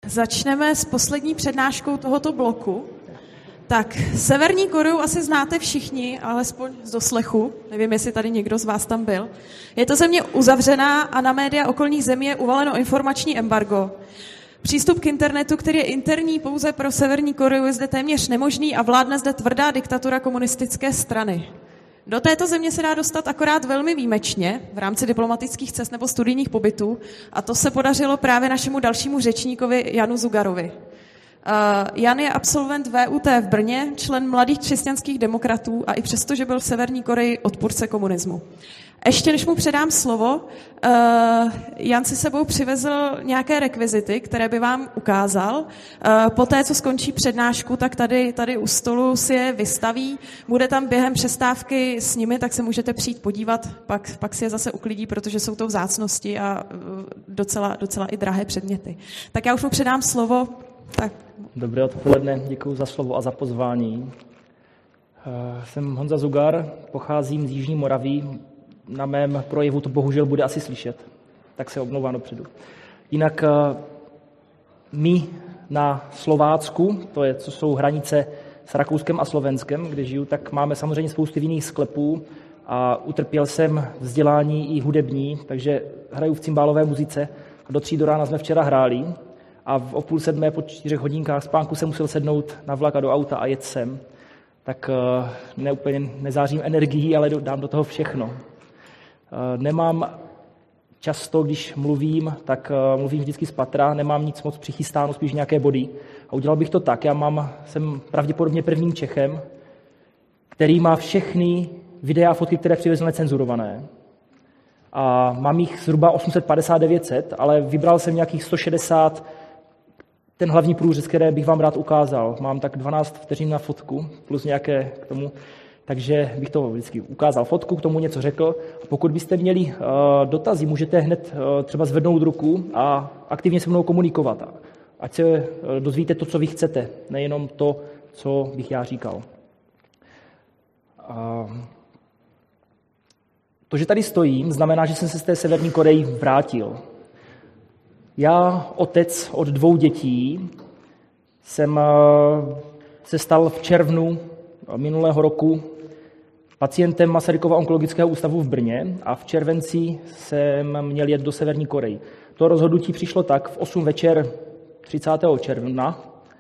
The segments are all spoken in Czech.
Začneme s poslední přednáškou tohoto bloku. Tak, Severní Koreu asi znáte všichni, alespoň z doslechu. Nevím, jestli tady někdo z vás tam byl. Je to země uzavřená a na média okolních zemí je uvaleno informační embargo. Přístup k internetu, který je interní pouze pro Severní Koreu, je zde téměř nemožný a vládne zde tvrdá diktatura komunistické strany. Do této země se dá dostat akorát velmi výjimečně v rámci diplomatických cest nebo studijních pobytů a to se podařilo právě našemu dalšímu řečníkovi Janu Zugarovi. Jan je absolvent VUT v Brně, člen Mladých křesťanských demokratů a i přesto, že byl v Severní Koreji odpůrce komunismu. Ještě než mu předám slovo, Jan si sebou přivezl nějaké rekvizity, které by vám ukázal. Poté, co skončí přednášku, tak tady u stolu si je vystaví. Bude tam během přestávky s nimi, tak se můžete přijít podívat, pak si je zase uklidí, protože jsou to vzácnosti a docela i drahé předměty. Tak já už mu předám slovo. Tak. Dobré odpoledne, děkuji za slovo a za pozvání. Jsem Honza Zugar, pocházím z Jižní Moravy. Na mém projevu to bohužel bude asi slyšet, tak se omlouvám dopředu. Jinak my na Slovácku, co jsou hranice s Rakouskem a Slovenskem, kde žiju, tak máme samozřejmě spoustu jiných sklepů a utrpěl jsem vzdělání i hudební, takže hraju v cymbálové muzice a do 3 do rána jsme včera hráli a o 6:30 po 4 hodinkách spánku jsem musel sednout na vlak a do auta a jet sem. Tak úplně nezářím energií, ale dám do toho všechno. Nemám často, když mluvím, tak mluvím vždycky z patra, nemám nic moc přichystáno, spíš nějaké body. A udělal bych to tak, jsem pravděpodobně prvním Čechem, který má všechny videa a fotky, které přivezl necenzurované. A mám jich zhruba 850-900, ale vybral jsem nějakých 160, ten hlavní průřez, které bych vám rád ukázal. Mám tak 12 vteřin na fotku, plus nějaké k tomu. Takže bych to vždycky ukázal fotku, k tomu něco řekl. Pokud byste měli dotazy, můžete hned třeba zvednout ruku a aktivně se mnou komunikovat. Ať se dozvíte to, co vy chcete, nejenom to, co bych já říkal. To, že tady stojím, znamená, že jsem se z té Severní Koreji vrátil. Já, otec od 2 dětí, jsem se stal v červnu minulého roku pacientem Masarykova onkologického ústavu v Brně a v červenci jsem měl jet do Severní Koreji. To rozhodnutí přišlo tak v 8 večer 30. června,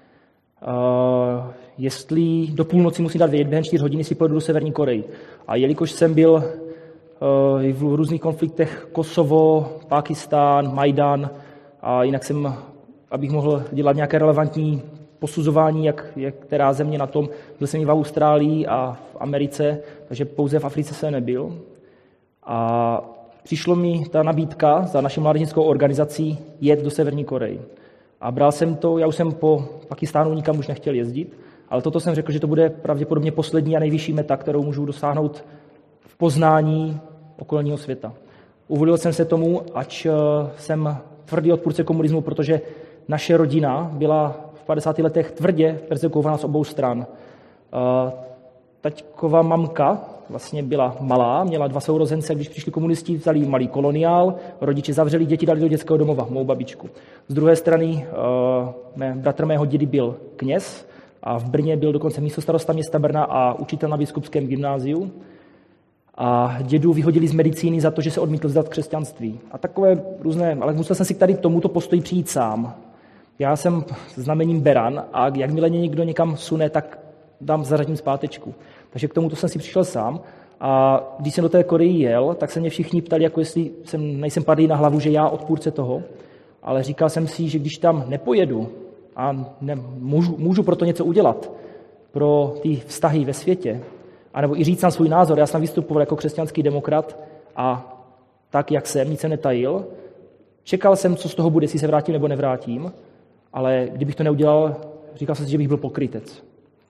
jestli do půlnoci musím dát vědět, během 4 hodiny si pojedu do Severní Koreji. A jelikož jsem byl v různých konfliktech Kosovo, Pákistán, Majdan a jinak abych mohl dělat nějaké relevantní posuzování, jak je která země na tom. Byl jsem i v Austrálii a v Americe, takže pouze v Africe jsem nebyl. A přišlo mi ta nabídka za naši mládežnickou organizací jet do Severní Koreji. A bral jsem to, já už jsem po Pakistánu nikam už nechtěl jezdit, ale toto jsem řekl, že to bude pravděpodobně poslední a nejvyšší meta, kterou můžu dosáhnout v poznání okolního světa. Uvolil jsem se tomu, ač jsem tvrdý odpůrce komunismu, protože naše rodina byla v 50. letech tvrdě perzekvována z obou stran. Taťková mamka vlastně byla malá, měla 2 sourozence, když přišli komunisti, vzali jí malý koloniál, rodiče zavřeli děti, dali do dětského domova, mou babičku. Z druhé strany bratr mého dědy byl kněz a v Brně byl dokonce místostarosta města Brna a učitel na biskupském gymnáziu. A dědu vyhodili z medicíny za to, že se odmítl vzdat křesťanství. A takové různé, ale musel jsem si k tady tomuto postoji přijít sám. Já jsem znamením beran a jakmile mě někdo někam sune, tak zařadím zpátečku. Takže k tomuto jsem si přišel sám. A když jsem do té Koreji jel, tak se mě všichni ptali, jako jestli nejsem padlý na hlavu, že já odpůrce toho. Ale říkal jsem si, že když tam nepojedu a můžu pro to něco udělat, pro ty vztahy ve světě, anebo i říct na svůj názor, já jsem vystupoval jako křesťanský demokrat a tak, jak jsem, nic jsem netajil. Čekal jsem, co z toho bude, jestli se vrátím nebo nevrátím, ale kdybych to neudělal, říkal jsem si, že bych byl pokrytec.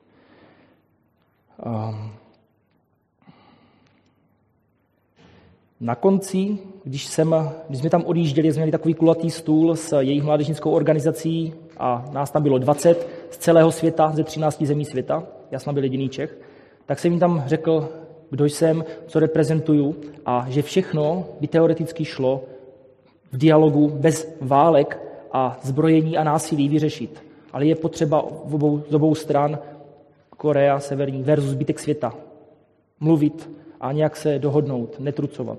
Na konci, když jsme tam odjížděli, jsme měli takový kulatý stůl s jejich mládežnickou organizací a nás tam bylo 20 z celého světa, ze 13 zemí světa, já jsem byl jediný Čech, tak jsem jim tam řekl, kdo jsem, co reprezentuju a že všechno by teoreticky šlo v dialogu bez válek a zbrojení a násilí vyřešit. Ale je potřeba z obou stran, Korea severní versus zbytek světa, mluvit a nějak se dohodnout, netrucovat.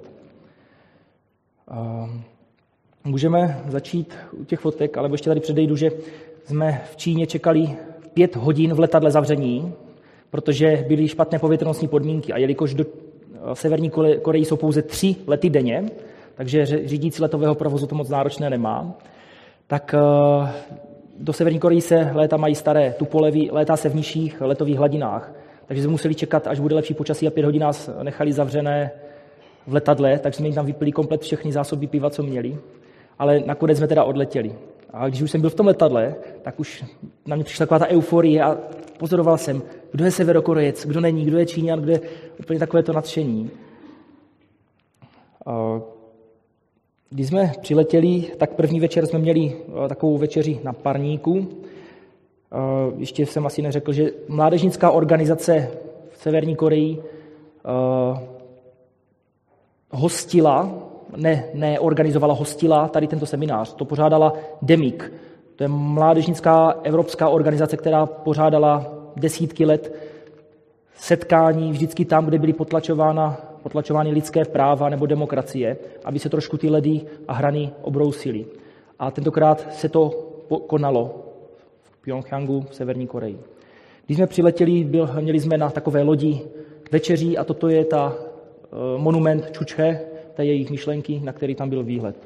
Můžeme začít u těch fotek, ale ještě tady předejdu, že jsme v Číně čekali 5 hodin v letadle zavření, protože byly špatné povětrnostní podmínky. A jelikož do Severní Koreji jsou pouze 3 lety denně, takže řídící letového provozu to moc náročné nemá, tak do Severní Koreji se léta mají staré tupolevy, létá se v nižších letových hladinách. Takže jsme museli čekat, až bude lepší počasí a 5 hodin nás nechali zavřené v letadle, takže jsme jim tam vypili komplet všechny zásoby piva, co měli. Ale nakonec jsme teda odletěli. A když už jsem byl v tom letadle, tak už na mě přišla taková ta euforie a pozoroval jsem, kdo je Severokorejec, kdo není, kdo je Číňan, kdo je úplně takové to nadšení. Když jsme přiletěli, tak první večer jsme měli takovou večeři na parníku. Ještě jsem asi neřekl, že mládežnická organizace v Severní Koreji hostila tady tento seminář. To pořádala DEMIC. To je mládežnická evropská organizace, která pořádala desítky let setkání vždycky tam, kde byly potlačovány lidské práva nebo demokracie, aby se trošku ty ledy a hrany obrousily. A tentokrát se to konalo v Pjongjangu v Severní Koreji. Když jsme přiletěli, měli jsme na takové lodi večeří a toto je ta monument Čuče, té jejich myšlenky, na který tam byl výhled.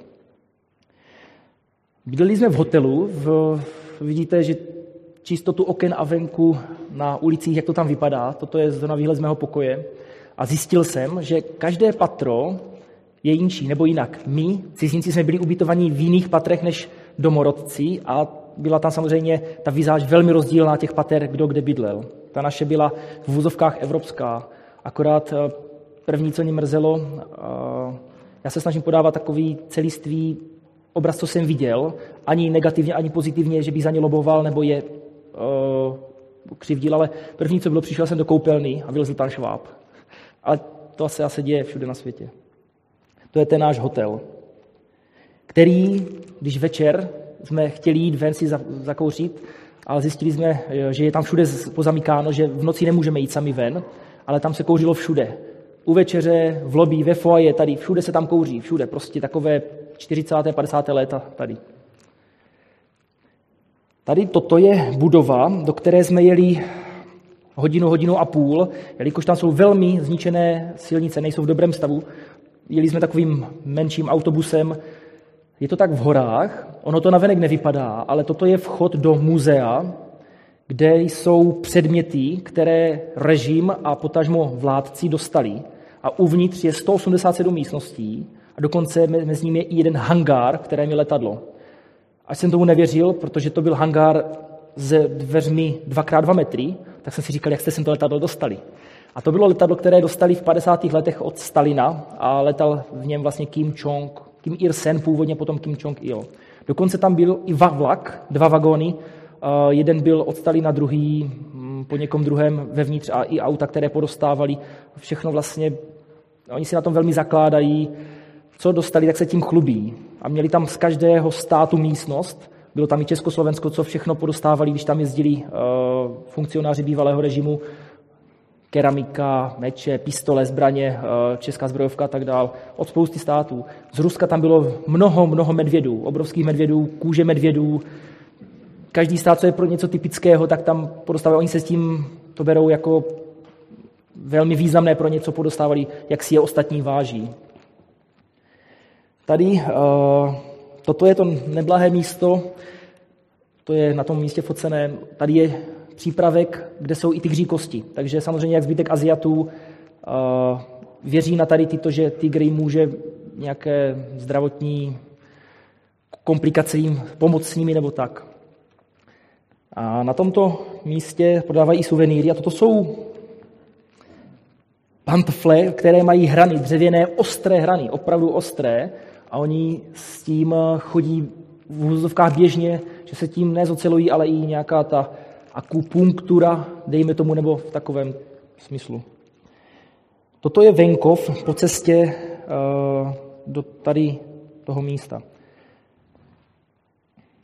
Bydleli jsme v hotelu, vidíte, že čistotu oken a venku na ulicích, jak to tam vypadá, toto je zrovna výhled z mého pokoje. A zjistil jsem, že každé patro je jinší, nebo jinak. My, cizinci, jsme byli ubytovaní v jiných patrech než domorodci a byla tam samozřejmě ta vizáž velmi rozdílná těch pater, kdo kde bydlel. Ta naše byla v vozovkách evropská, akorát první, co mě mrzelo, já se snažím podávat takový celistvý obraz, co jsem viděl, ani negativně, ani pozitivně, že bych za ně loboval nebo je křivdil, ale první, co bylo, přišel jsem do koupelny a vylezl tam šváb. Ale to se asi děje všude na světě. To je ten náš hotel, který, když večer jsme chtěli jít ven si zakouřit, ale zjistili jsme, že je tam všude pozamykáno, že v noci nemůžeme jít sami ven, ale tam se kouřilo všude. U večeře, v lobby, ve foaje, tady, všude se tam kouří, všude, prostě takové 40. 50. léta tady. Tady toto je budova, do které jsme jeli hodinu a půl, jelikož tam jsou velmi zničené silnice, nejsou v dobrém stavu. Jeli jsme takovým menším autobusem, je to tak v horách, ono to navenek nevypadá, ale toto je vchod do muzea, kde jsou předměty, které režim a potažmo vládci dostali. A uvnitř je 187 místností a dokonce mezi nimi je i jeden hangár, které je letadlo. Až jsem tomu nevěřil, protože to byl hangár s dveřmi 2x2 metry, tak jsem si říkal, jak jste sem to letadlo dostali. A to bylo letadlo, které dostali v 50. letech od Stalina a letal v něm vlastně Kim Il-sen, původně potom Kim Jong-il. Dokonce tam byl i vlak, 2 vagóny, jeden byl od Stalina, druhý po někom druhém vevnitř a i auta, které podostávali. Všechno vlastně, oni si na tom velmi zakládají. Co dostali, tak se tím chlubí. A měli tam z každého státu místnost. Bylo tam i Československo, co všechno podostávali, když tam jezdili funkcionáři bývalého režimu. Keramika, meče, pistole, zbraně, česká zbrojovka a tak dál. Od spousty států. Z Ruska tam bylo mnoho medvědů, obrovských medvědů, kůže medvědů. Každý stát, co je pro něco typického, tak tam podostávají. Oni se s tím to berou jako velmi významné pro něco podostávali, jak si je ostatní váží. Tady, toto je to neblahé místo, to je na tom místě focené, tady je přípravek, kde jsou i tygří kosti. Takže samozřejmě, jak zbytek Aziatů, věří na tady tyto, že tygr jim může nějaké zdravotní komplikace jim pomoct s nimi nebo tak. A na tomto místě prodávají i suvenýry a toto jsou pantofle, které mají hrany, dřevěné, ostré hrany, opravdu ostré, a oni s tím chodí v úzovkách běžně, že se tím nezocelují, ale i nějaká ta akupunktura, dejme tomu, nebo v takovém smyslu. Toto je venkov po cestě do tady toho místa.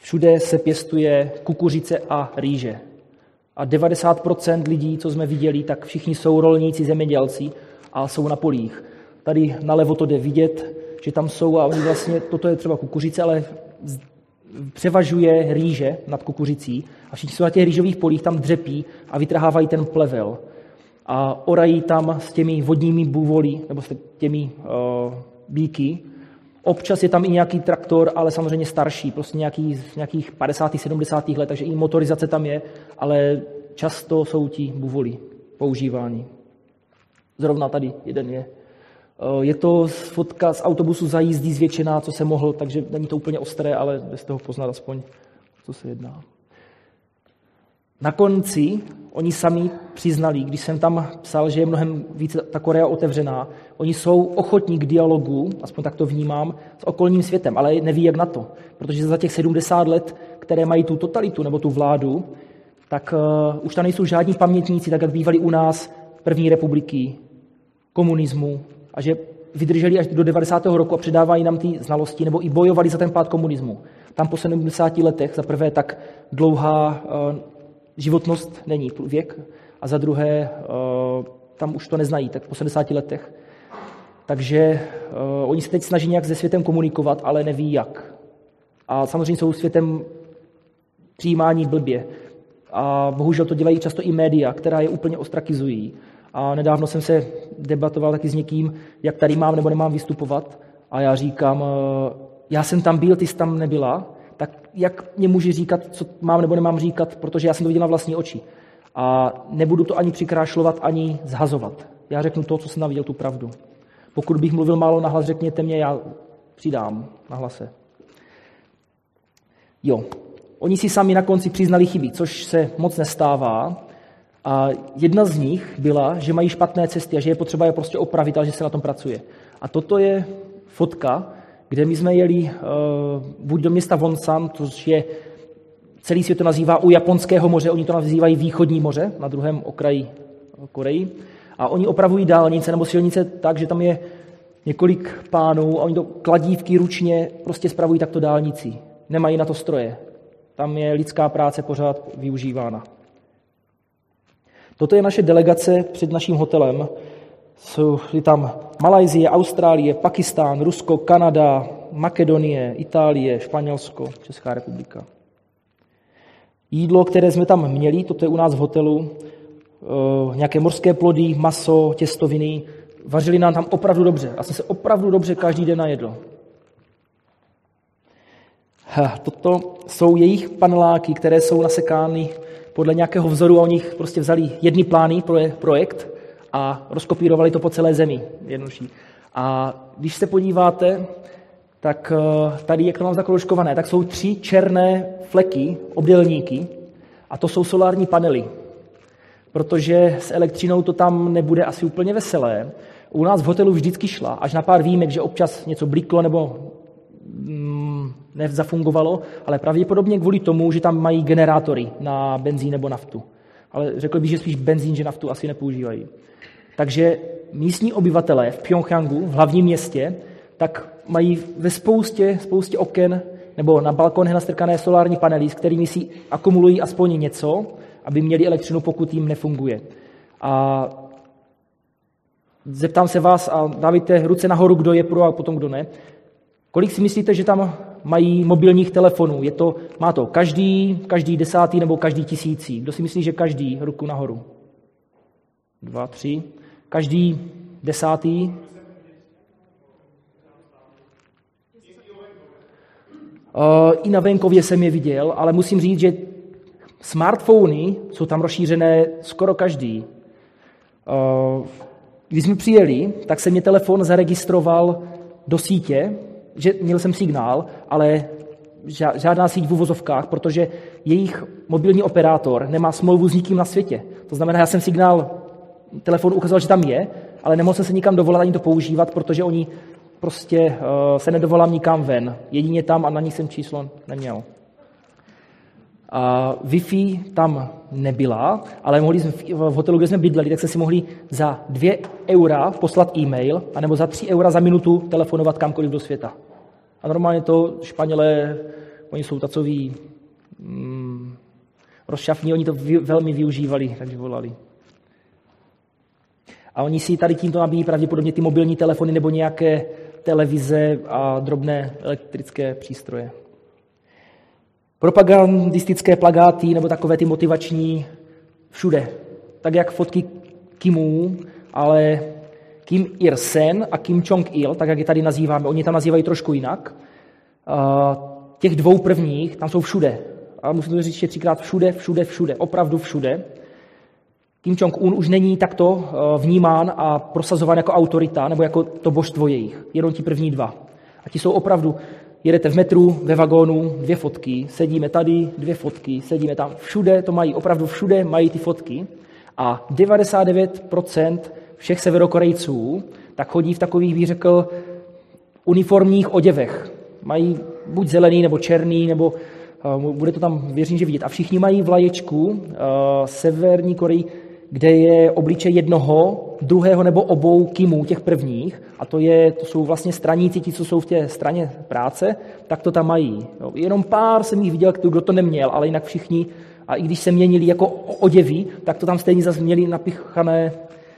Všude se pěstuje kukuřice a rýže. A 90% lidí, co jsme viděli, tak všichni jsou rolníci, zemědělci a jsou na polích. Tady nalevo to jde vidět, že tam jsou a oni vlastně, toto je třeba kukuřice, ale převažuje rýže nad kukuřicí a všichni jsou na těch rýžových polích, tam dřepí a vytrhávají ten plevel. A orají tam s těmi vodními bůvolí, nebo s těmi býky. Občas je tam i nějaký traktor, ale samozřejmě starší, prostě nějakých 50. 70. let, takže i motorizace tam je, ale často jsou ti bůvoli používání. Zrovna tady jeden je. Je to fotka z autobusu za jízdí zvětšená, co se mohl, takže není to úplně ostré, ale bez toho poznat aspoň, co se jedná. Na konci oni sami přiznali, když jsem tam psal, že je mnohem více ta Korea otevřená, oni jsou ochotní k dialogu, aspoň tak to vnímám, s okolním světem, ale neví jak na to. Protože za těch 70 let, které mají tu totalitu nebo tu vládu, tak už tam nejsou žádní pamětníci, tak jak bývali u nás první republiky, komunismu, a že vydrželi až do 90. roku a předávají nám ty znalosti, nebo i bojovali za ten pád komunismu. Tam po 70 letech za prvé tak dlouhá životnost není věk a za druhé tam už to neznají, tak po 70 letech. Takže oni se teď snaží nějak se světem komunikovat, ale neví jak. A samozřejmě jsou světem přijímání blbě. A bohužel to dělají často i média, která je úplně ostrakizují. A nedávno jsem se debatoval taky s někým, jak tady mám nebo nemám vystupovat. A já říkám, já jsem tam byl, ty jsi tam nebyla, tak jak mě může říkat, co mám nebo nemám říkat, protože já jsem to viděl na vlastní oči. A nebudu to ani přikrášlovat, ani zhazovat. Já řeknu to, co jsem tam viděl, tu pravdu. Pokud bych mluvil málo nahlas, řekněte mě, já přidám na hlase. Jo, oni si sami na konci přiznali chyby, což se moc nestává. A jedna z nich byla, že mají špatné cesty a že je potřeba je prostě opravit, ale že se na tom pracuje. A toto je fotka, kde my jsme jeli buď do města Wonsan, což je, celý svět to nazývá u Japonského moře, oni to nazývají Východní moře, na druhém okraji Koreji. A oni opravují dálnice nebo silnice tak, že tam je několik pánů a oni to kladívky ručně prostě spravují takto dálnici. Nemají na to stroje. Tam je lidská práce pořád využívána. Toto je naše delegace před naším hotelem. Jsou tam Malajsie, Austrálie, Pakistán, Rusko, Kanada, Makedonie, Itálie, Španělsko, Česká republika. Jídlo, které jsme tam měli, toto je u nás v hotelu, nějaké mořské plody, maso, těstoviny, vařili nám tam opravdu dobře. Já jsem se opravdu dobře každý den najedl. Toto jsou jejich paneláky, které jsou nasekány podle nějakého vzoru a oni prostě vzali jedny plány pro projekt a rozkopírovali to po celé zemi. Jednodušší. A když se podíváte, tak tady, jak to mám zakroužkované, tak jsou 3 černé fleky, obdélníky a to jsou solární panely. Protože s elektřinou to tam nebude asi úplně veselé. U nás v hotelu vždycky šla, až na pár výjimek, že občas něco bliklo nebo nezafungovalo, ale pravděpodobně kvůli tomu, že tam mají generátory na benzín nebo naftu. Ale řekl bych, že spíš benzín, že naftu asi nepoužívají. Takže místní obyvatelé v Pchjongjangu, v hlavním městě, tak mají ve spoustě oken nebo na balkonech nastrkané solární panely, s kterými si akumulují aspoň něco, aby měli elektřinu, pokud jim nefunguje. A zeptám se vás a dávajte ruce nahoru, kdo je pro a potom kdo ne. Kolik si myslíte, že tam mají mobilních telefonů? Má to každý 10. nebo každý 1000. Kdo si myslí, že každý? Ruku nahoru. 2, 3. Každý 10. I na venkově jsem je viděl, ale musím říct, že smartfony jsou tam rozšířené skoro každý. Když jsme přijeli, tak se mě telefon zaregistroval do sítě, že měl jsem signál, ale žádná síť v uvozovkách, protože jejich mobilní operátor nemá smlouvu s nikým na světě. To znamená, já jsem telefon ukazoval, že tam je, ale nemohl jsem se nikam dovolat ani to používat, protože oni prostě se nedovolám nikam ven. Jedině tam a na nich jsem číslo neměl. A Wi-Fi tam nebyla, ale mohli jsme v hotelu, kde jsme bydleli, tak jsme si mohli za 2 eura poslat e-mail, anebo za 3 eura za minutu telefonovat kamkoliv do světa. A normálně to Španělé, Oni jsou takový rozšafní, oni to velmi využívali, takže volali. A oni si tady tímto nabíjí pravděpodobně ty mobilní telefony nebo nějaké televize a drobné elektrické přístroje. Propagandistické plakáty nebo takové ty motivační všude. Tak jak fotky Kimů, ale Kim Il-sen a Kim Jong-il, tak jak je tady nazýváme, oni tam nazývají trošku jinak. Těch dvou prvních, tam jsou všude. A musím to říct ještě 3krát všude, opravdu všude. Kim Jong-un už není takto vnímán a prosazován jako autorita nebo jako to božstvo jejich. Jenom ti první dva. A ti jsou opravdu, jedete v metru, ve vagónu, 2 fotky, sedíme tady, 2 fotky, sedíme tam. Všude to mají, opravdu všude mají ty fotky. A 99% všech Severokorejců tak chodí v takových, bych řekl, uniformních oděvech. Mají buď zelený, nebo černý, nebo bude to tam, věřím, že vidět. A všichni mají vlaječku Severní Koreji, kde je obličej jednoho, druhého nebo obou Kimů, těch prvních. A to jsou vlastně straníci, ti, co jsou v té straně práce, tak to tam mají. Jenom pár jsem jich viděl, kdo to neměl, ale jinak všichni. A i když se měnili jako oděvy, tak to tam stejně zase měli napichané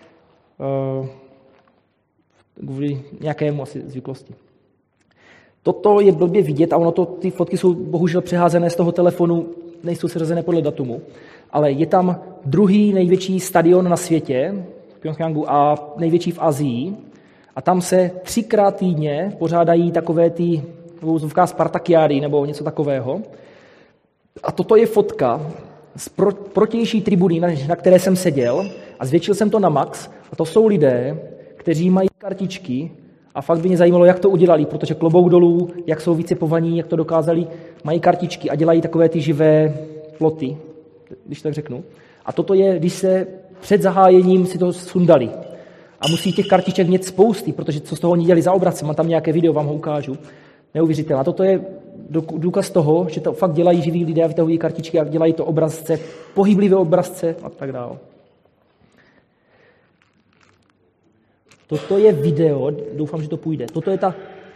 kvůli nějakému asi zvyklosti. Toto je blbě vidět a ty fotky jsou bohužel přeházené z toho telefonu, nejsou seřazené podle datumu, ale je tam druhý největší stadion na světě, v Pjongjangu, a největší v Asii. A tam se 3krát týdně pořádají takové ty Spartakiády nebo něco takového. A toto je fotka z protější tribuny, na které jsem seděl, a zvětšil jsem to na max. A to jsou lidé, kteří mají kartičky, a fakt by mě zajímalo, jak to udělali, protože klobouk dolů, jak jsou vycepovaní, jak to dokázali, mají kartičky a dělají takové ty živé ploty, když tak řeknu. A toto je, když se před zahájením si to sundali. A musí těch kartiček mít spousty, protože co z toho oni dělali za obrazce, mám tam nějaké video, vám ho ukážu. Neuvěřitelné. A toto je důkaz toho, že to fakt dělají živí lidé a vytahují kartičky a dělají to obrazce, pohyblivé obrazce a tak dále. Toto je video, doufám, že to půjde. Toto je ta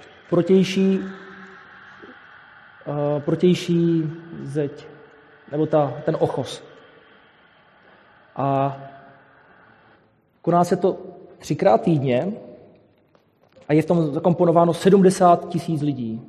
protější zeď, nebo ten ochos. A koná se to 3krát týdně a je v tom zakomponováno 70 000 lidí.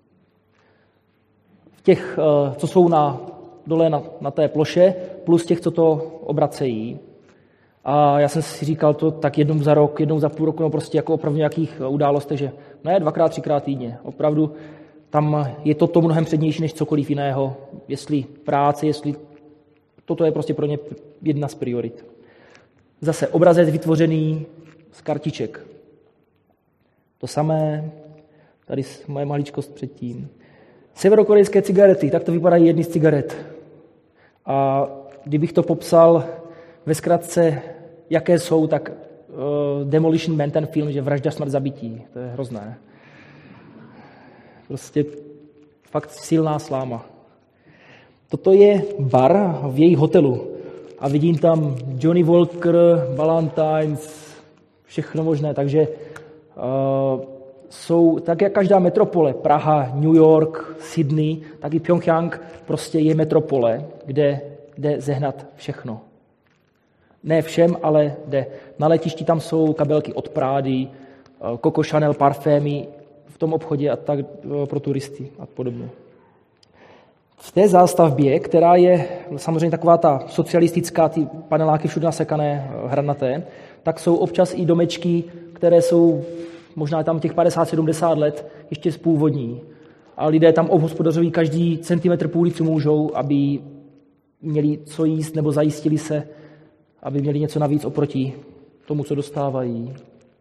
V těch, co jsou dole na té ploše, plus těch, co to obracejí. A já jsem si říkal to tak jednou za rok, jednou za půl roku, no prostě jako opravdu nějakých událostech, že ne 2krát, 3krát týdně. Opravdu tam je to mnohem přednější než cokoliv jiného. Jestli práce, toto je prostě pro ně jedna z priorit. Zase obrazec vytvořený z kartiček. To samé, tady moje maličkost předtím. Severokorejské cigarety, tak to vypadají jedny z cigaret. A kdybych to popsal ve zkratce, jaké jsou, tak Demolition Man, ten film, že vražda, smrt, zabití. To je hrozné. Prostě fakt silná sláma. Toto je bar v jejich hotelu. A vidím tam Johnny Walker, Valentines, všechno možné. Takže jsou, tak jak každá metropole, Praha, New York, Sydney, tak i Pjongjang prostě je metropole, kde jde zehnat všechno. Ne všem, ale jde. Na letišti tam jsou kabelky od Prady, Coco Chanel, parfémy v tom obchodě a tak pro turisty a podobně. V té zástavbě, která je samozřejmě taková ta socialistická, ty paneláky všude nasekané, hranaté, tak jsou občas i domečky, které jsou možná tam těch 50-70 let ještě z původní. A lidé tam obhospodařují každý centimetr půdy, co můžou, aby měli co jíst nebo zajistili se, aby měli něco navíc oproti tomu, co dostávají.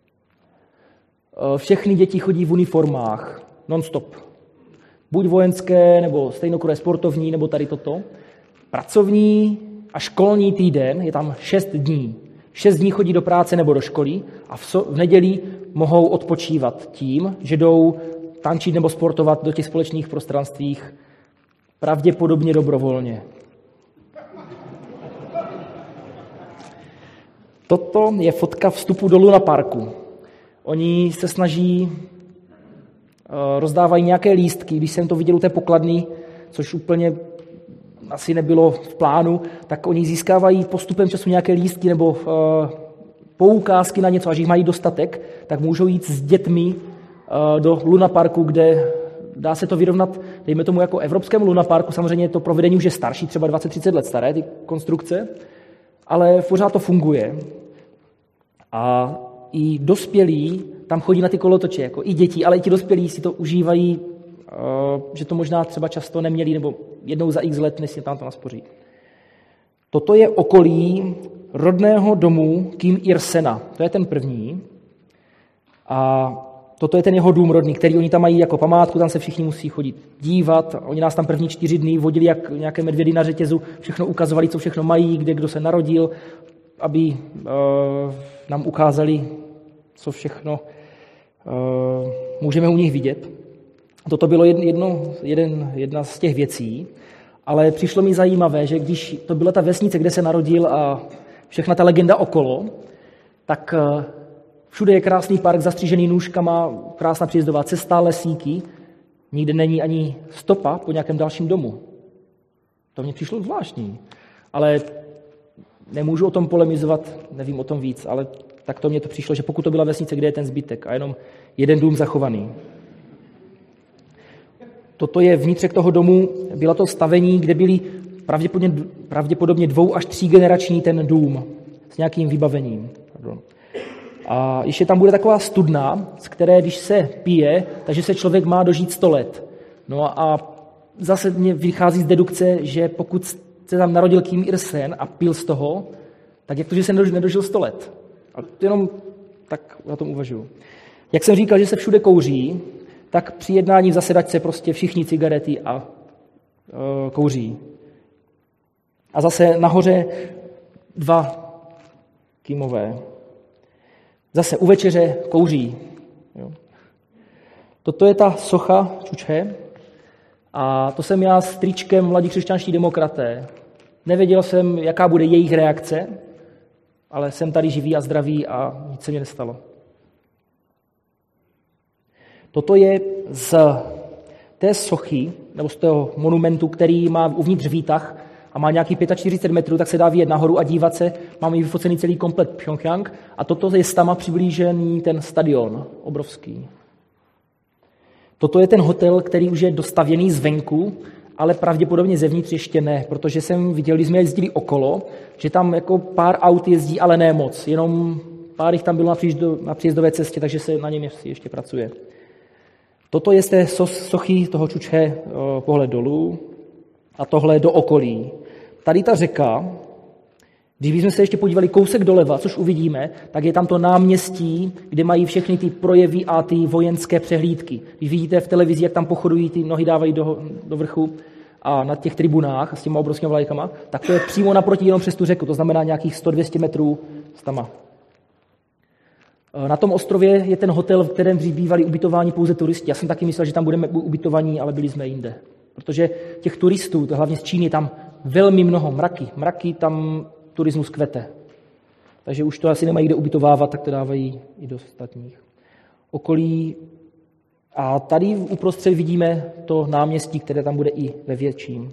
Všechny děti chodí v uniformách, non-stop. Buď vojenské, nebo stejnokrojé sportovní, nebo tady toto. Pracovní a školní týden je tam 6 dní. 6 dní chodí do práce nebo do školy a v neděli mohou odpočívat tím, že jdou tančit nebo sportovat do těch společných prostranstvích pravděpodobně dobrovolně. Toto je fotka vstupu dolů na parku. Oni se snaží rozdávají nějaké lístky. Když jsem to viděl u té pokladny, což úplně asi nebylo v plánu, tak oni získávají postupem času nějaké lístky nebo poukázky na něco, až jich mají dostatek, tak můžou jít s dětmi do lunaparku, kde dá se to vyrovnat, dejme tomu jako evropskému lunaparku, samozřejmě to provedení už je starší, třeba 20-30 let staré, ty konstrukce, ale pořád to funguje. A i dospělí tam chodí na ty kolotoče, jako i děti, ale i ti dospělí si to užívají, že to možná třeba často neměli, nebo jednou za x let, než si tam to naspoří. Toto je okolí rodného domu Kim Ir-sena. To je ten první. A toto je ten jeho dům rodný, který oni tam mají jako památku, tam se všichni musí chodit dívat. Oni nás tam první 4 dny vodili jak nějaké medvědy na řetězu, všechno ukazovali, co všechno mají, kde kdo se narodil, aby nám ukázali, co všechno můžeme u nich vidět. Toto bylo jedna z těch věcí, ale přišlo mi zajímavé, že když to byla ta vesnice, kde se narodil a všechna ta legenda okolo, tak všude je krásný park zastřížený nůžkama, krásná příjezdová cesta, lesíky, nikde není ani stopa po nějakém dalším domu. To mně přišlo zvláštní, ale nemůžu o tom polemizovat, nevím o tom víc, ale tak to mně to přišlo, že pokud to byla vesnice, kde je ten zbytek a jenom jeden dům zachovaný. Toto je vnitřek toho domu, bylo to stavení, kde byly pravděpodobně 2 až 3 generační ten dům s nějakým vybavením. A ještě tam bude taková studna, z které, když se pije, takže se člověk má dožít 100 let. No a zase mě vychází z dedukce, že pokud se tam narodil Kim Ir-sen a pil z toho, tak jak to, že se nedožil 100 let. A jenom tak o tom uvažuji. Jak jsem říkal, že se všude kouří, tak při jednání v zasedačce prostě všichni cigarety a kouří. A zase nahoře 2 Kimové. Zase u večeře kouří. Jo. Toto je ta socha Čuče a to jsem já s tričkem Mladí křesťanští demokraté. Nevěděl jsem, jaká bude jejich reakce, ale jsem tady živý a zdravý a nic se mi nestalo. Toto je z té sochy, nebo z toho monumentu, který má uvnitř výtah a má nějaký 45 metrů, tak se dá vyjet nahoru a dívat se. Máme vyfocený celý komplet Pchjongjang a toto je tam přiblížený ten stadion obrovský. Toto je ten hotel, který už je dostavěný zvenku, ale pravděpodobně zevnitř ještě ne, protože jsem viděl, když jsme jezdili okolo, že tam jako pár aut jezdí, ale ne moc. Jenom pár jich tam bylo na příjezdové cestě, takže se na něm ještě pracuje. Toto je z té sochy toho Čuče pohled dolů a tohle do okolí. Tady ta řeka, když bychom se ještě podívali kousek doleva, což uvidíme, tak je tam to náměstí, kde mají všechny ty projevy a ty vojenské přehlídky. Když vidíte v televizi, jak tam pochodují, ty nohy dávají do vrchu a na těch tribunách s těma obrovskými vlajkama, tak to je přímo naproti jenom přes tu řeku, to znamená nějakých 100-200 metrů stama. Na tom ostrově je ten hotel, v kterém bývali ubytováni pouze turisti. Já jsem taky myslel, že tam budeme ubytovaní, ale byli jsme jinde. Protože těch turistů, hlavně z Číny, tam velmi mnoho, mraky, tam turismus kvete. Takže už to asi nemají kde ubytovávat, tak to dávají i do ostatních okolí. A tady uprostřed vidíme to náměstí, které tam bude i ve větším.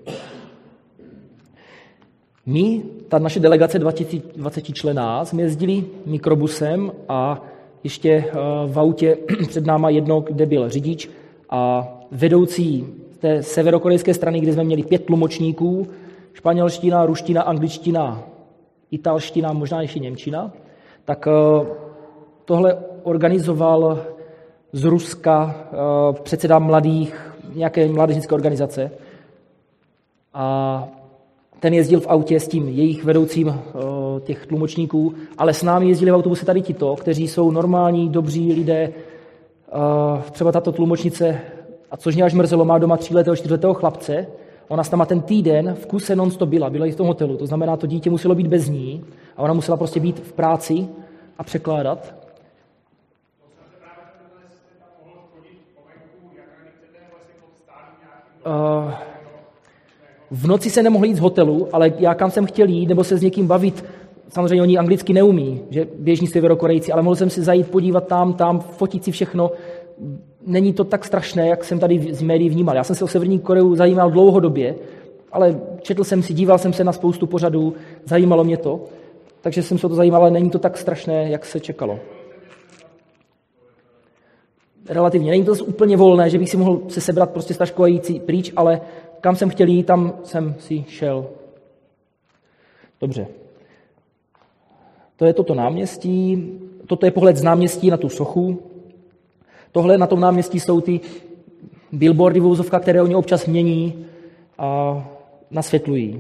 My, ta naše delegace 20 členná, jsme jezdili mikrobusem a ještě v autě před náma jedno, kde byl řidič a vedoucí té severokorejské strany, kde jsme měli 5 tlumočníků, španělština, ruština, angličtina, italština, možná ještě němčina, tak tohle organizoval z Ruska předseda nějaké mládežnické organizace a ten jezdil v autě s tím jejich vedoucím těch tlumočníků, ale s námi jezdili v autobuse tady tito, kteří jsou normální, dobří lidé. Třeba tato tlumočnice, a což mě až mrzelo, má doma 3letého, 4letého chlapce. Ona s náma ten týden v kuse non-stop byla i v tom hotelu. To znamená, to dítě muselo být bez ní a ona musela prostě být v práci a překládat. V noci se nemohl jít z hotelu, ale já kam jsem chtěl jít, nebo se s někým bavit, samozřejmě oni anglicky neumí, že běžní Severokorejci, ale mohl jsem si zajít podívat tam, fotit si všechno, není to tak strašné, jak jsem tady z médií vnímal. Já jsem se o Severní Koreu zajímal dlouhodobě, ale četl jsem si, díval jsem se na spoustu pořadů, zajímalo mě to, takže jsem se o to zajímal, ale není to tak strašné, jak se čekalo. Relativně. Není to úplně volné, že bych si mohl se sebrat prostě s taškou a jít pryč, ale kam jsem chtěl jít, tam jsem si šel. Dobře. To je toto náměstí. Toto je pohled z náměstí na tu sochu. Tohle na tom náměstí jsou ty billboardy v uvozovkách, které oni občas mění a nasvětlují.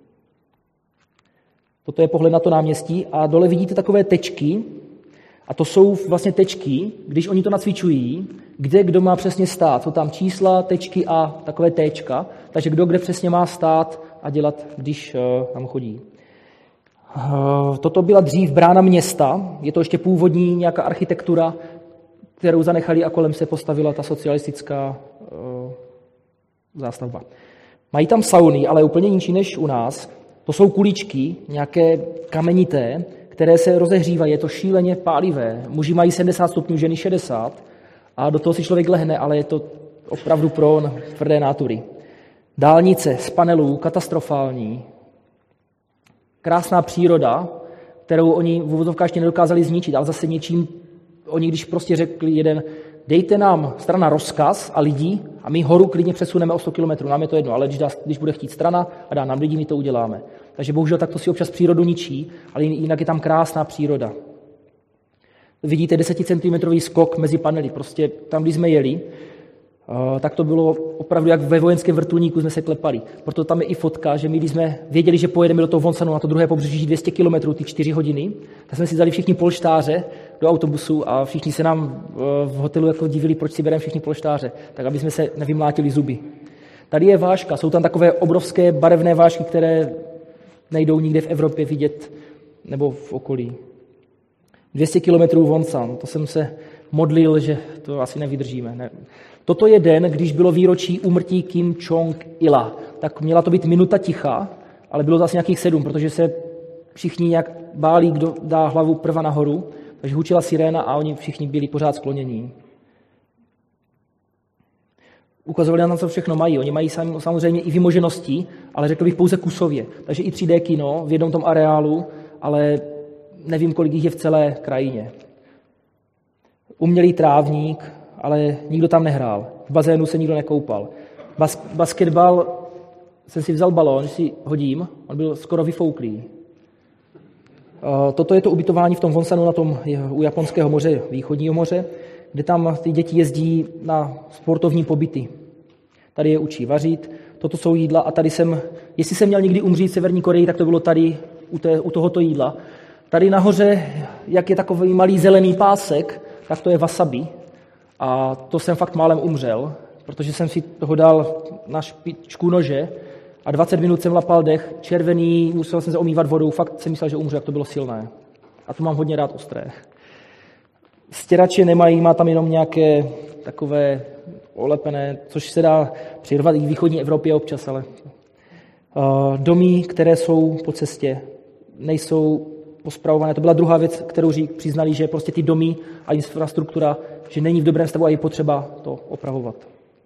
Toto je pohled na to náměstí a dole vidíte takové tečky a to jsou vlastně tečky, když oni to nacvičují, kde kdo má přesně stát. Jsou tam čísla, tečky a takové téčka, takže kdo kde přesně má stát a dělat, když tam chodí. Toto byla dřív brána města, je to ještě původní nějaká architektura, kterou zanechali a kolem se postavila ta socialistická zástavba. Mají tam sauny, ale úplně ničí než u nás. To jsou kuličky, nějaké kamenité, které se rozehřívají, je to šíleně pálivé. Muži mají 70 stupňů, ženy 60 a do toho si člověk lehne, ale je to opravdu pro tvrdé nátury. Dálnice z panelů, katastrofální. Krásná příroda, kterou oni v uvozovkách ještě nedokázali zničit, ale zase něčím, oni když prostě řekli jeden, dejte nám strana rozkaz a lidi a my horu klidně přesuneme o 100 kilometrů, nám je to jedno, ale když bude chtít strana a dá nám lidi, my to uděláme. Takže bohužel takto si občas přírodu ničí, ale jinak je tam krásná příroda. Vidíte 10 cm skok mezi panely, prostě tam, když jsme jeli, tak to bylo opravdu jak ve vojenském vrtulníku jsme se klepali. Proto tam je i fotka, že my, když jsme věděli, že pojedeme do toho Vonsanu na to druhé pobřeží 200 km, ty 4 hodiny, tak jsme si dali všichni polštáře do autobusu a všichni se nám v hotelu jako divili, proč si bereme všichni polštáře, tak aby jsme se nevymlátili zuby. Tady je vážka, jsou tam takové obrovské barevné vážky, které nejdou nikde v Evropě vidět nebo v okolí. 200 km Vonsan, to jsem se modlil, že to asi nevydržíme. Ne. Toto je den, když bylo výročí úmrtí Kim Jong-ila. Tak měla to být minuta ticha, ale bylo to asi nějakých 7, protože se všichni nějak báli, kdo dá hlavu prva nahoru, takže hučila siréna a oni všichni byli pořád sklonění. Ukazovali nám, co všechno mají. Oni mají samozřejmě i vymoženosti, ale řekl bych pouze kusově. Takže i 3D kino v jednom tom areálu, ale nevím, kolik jich je v celé krajině. Umělý trávník, ale nikdo tam nehrál. V bazénu se nikdo nekoupal. Basketbal, jsem si vzal balón, že si hodím, on byl skoro vyfouklý. Toto je to ubytování v tom Vonsanu u Japonského moře, východního moře, kde tam ty děti jezdí na sportovní pobyty. Tady je učí vařit, toto jsou jídla a tady jestli jsem měl někdy umřít v Severní Koreji, tak to bylo tady u tohoto jídla. Tady nahoře, jak je takový malý zelený pásek, tak to je wasabi. A to jsem fakt málem umřel, protože jsem si toho dal na špičku nože a 20 minut jsem lapal dech, červený, musel jsem se omývat vodou, fakt jsem myslel, že umřu, jak to bylo silné. A to mám hodně rád ostré. Stěrače nemají, má tam jenom nějaké takové olepené, což se dá přirovat i v východní Evropě občas, ale domy, které jsou po cestě, nejsou pospravované. To byla druhá věc, kterou přiznali, že prostě ty domy a infrastruktura, že není v dobrém stavu a je potřeba to opravovat.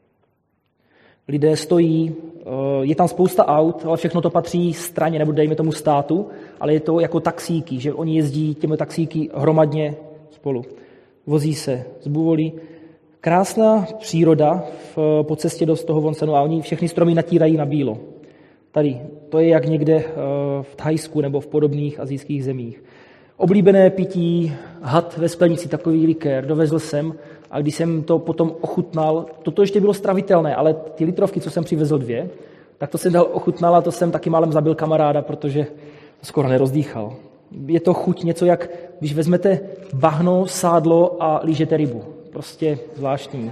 Lidé stojí, je tam spousta aut, ale všechno to patří straně, nebo dejme tomu státu, ale je to jako taxíky, že oni jezdí těmi taxíky hromadně spolu. Vozí se z buvolí. Krásná příroda po cestě do toho Vonsanu a oni všechny stromy natírají na bílo. Tady, to je jak někde v Thajsku nebo v podobných asijských zemích. Oblíbené pití, had ve sklenici, takový likér, dovezl jsem a když jsem to potom ochutnal, toto ještě bylo stravitelné, ale ty litrovky, co jsem přivezl 2, tak to jsem dal ochutnal a to jsem taky málem zabil kamaráda, protože skoro nerozdýchal. Je to chuť něco jak, když vezmete bahno, sádlo a lížete rybu. Prostě zvláštní.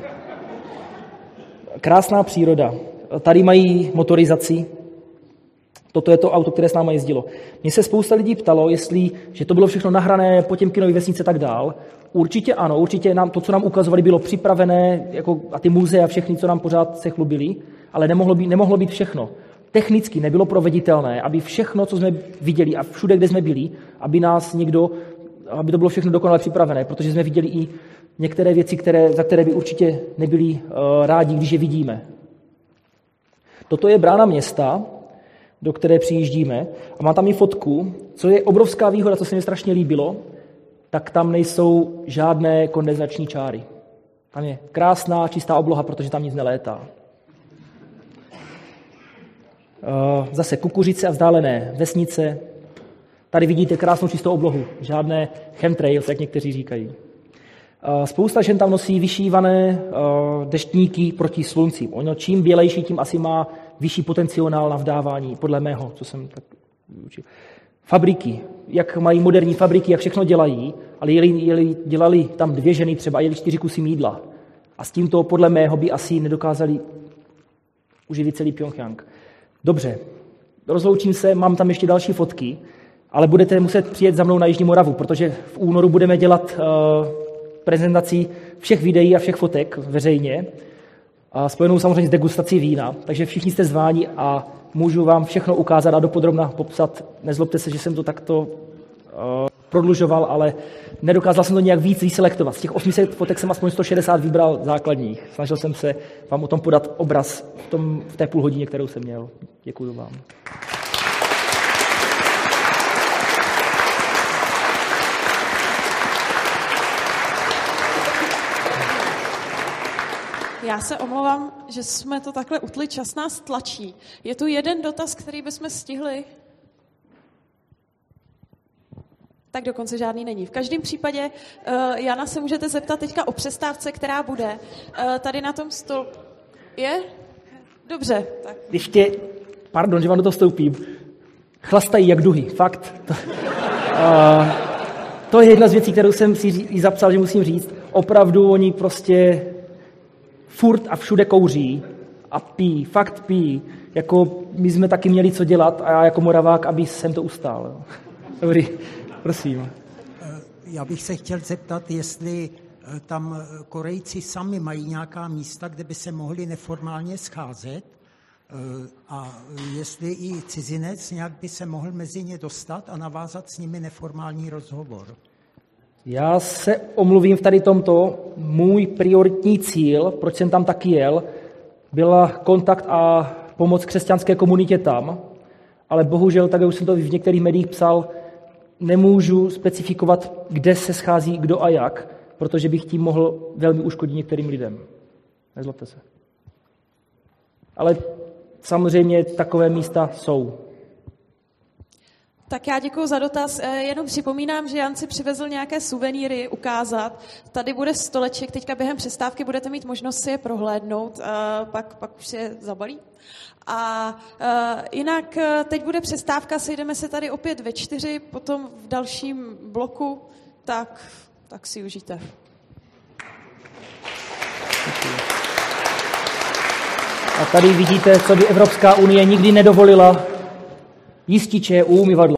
Krásná příroda. Tady mají motorizaci. Toto je to auto, které s námi jezdilo. Mně se spousta lidí ptalo, že to bylo všechno nahrané po Těmkinově vesnice tak dál. Určitě ano, určitě nám to, co nám ukazovali, bylo připravené jako, a ty muzea a všechny, co nám pořád se chlubili, ale nemohlo být všechno. Technicky nebylo proveditelné, aby všechno, co jsme viděli a všude, kde jsme byli, aby nás někdo aby to bylo všechno dokonale připravené, protože jsme viděli i některé věci, za které by určitě nebyli rádi, když je vidíme. Toto je brána města, do které přijíždíme, a mám tam i fotku, co je obrovská výhoda, co se mi strašně líbilo, tak tam nejsou žádné kondenzační čáry. Tam je krásná, čistá obloha, protože tam nic nelétá. Zase kukuřice a vzdálené vesnice. Tady vidíte krásnou čistou oblohu, žádné chemtrails, jak někteří říkají. Spousta žen tam nosí vyšívané deštníky proti slunci. Ono čím bělejší, tím asi má vyšší potenciál na vdávání, podle mého, co jsem tak vyučil. Fabriky, jak mají moderní fabriky, jak všechno dělají, ale dělali tam 2 ženy třeba, jeli 4 kusy jídla. A s tímto podle mého by asi nedokázali uživit celý Pjongjang. Dobře, rozloučím se, mám tam ještě další fotky, ale budete muset přijet za mnou na Jižní Moravu, protože v únoru budeme dělat prezentaci všech videí a všech fotek veřejně, a spojenou samozřejmě s degustací vína, takže všichni jste zváni a můžu vám všechno ukázat a dopodrobna popsat. Nezlobte se, že jsem to takto prodlužoval, ale nedokázal jsem to nějak víc vyselektovat. Z těch 800 fotek jsem aspoň 160 vybral základních. Snažil jsem se vám o tom podat obraz v té půl hodině, kterou jsem měl. Děkuji vám. Já se omlouvám, že jsme to takhle utli, čas nás tlačí. Je tu jeden dotaz, který bychom stihli? Tak dokonce žádný není. V každém případě, Jana, se můžete zeptat teďka o přestávce, která bude. Tady na tom stolu je? Dobře. Tak. Ještě, pardon, že vám do toho vstoupím. Chlastají jak duhy, fakt. To je jedna z věcí, kterou jsem si i zapsal, že musím říct. Opravdu oni prostě furt a všude kouří a pí, fakt pí. Jako my jsme taky měli co dělat a já jako Moravák, aby jsem to ustál. Dobrý, prosím. Já bych se chtěl zeptat, jestli tam Korejci sami mají nějaká místa, kde by se mohli neformálně scházet, a jestli i cizinec nějak by se mohl mezi ně dostat a navázat s nimi neformální rozhovor. Já se omluvím v tady tomto. Můj prioritní cíl, proč jsem tam taky jel, byla kontakt a pomoc křesťanské komunitě tam, ale bohužel, tak už jsem to v některých médiích psal, nemůžu specifikovat, kde se schází kdo a jak, protože bych tím mohl velmi uškodit některým lidem. Nezlobte se. Ale samozřejmě takové místa jsou. Tak já děkuji za dotaz. Jenom připomínám, že Jan si přivezl nějaké suvenýry ukázat. Tady bude stoleček, teďka během přestávky budete mít možnost si je prohlédnout, pak už si je zabalí. A jinak teď bude přestávka, sejdeme se tady opět ve 4, potom v dalším bloku, tak si užijte. A tady vidíte, co by Evropská unie nikdy nedovolila, jističe u umyvadla.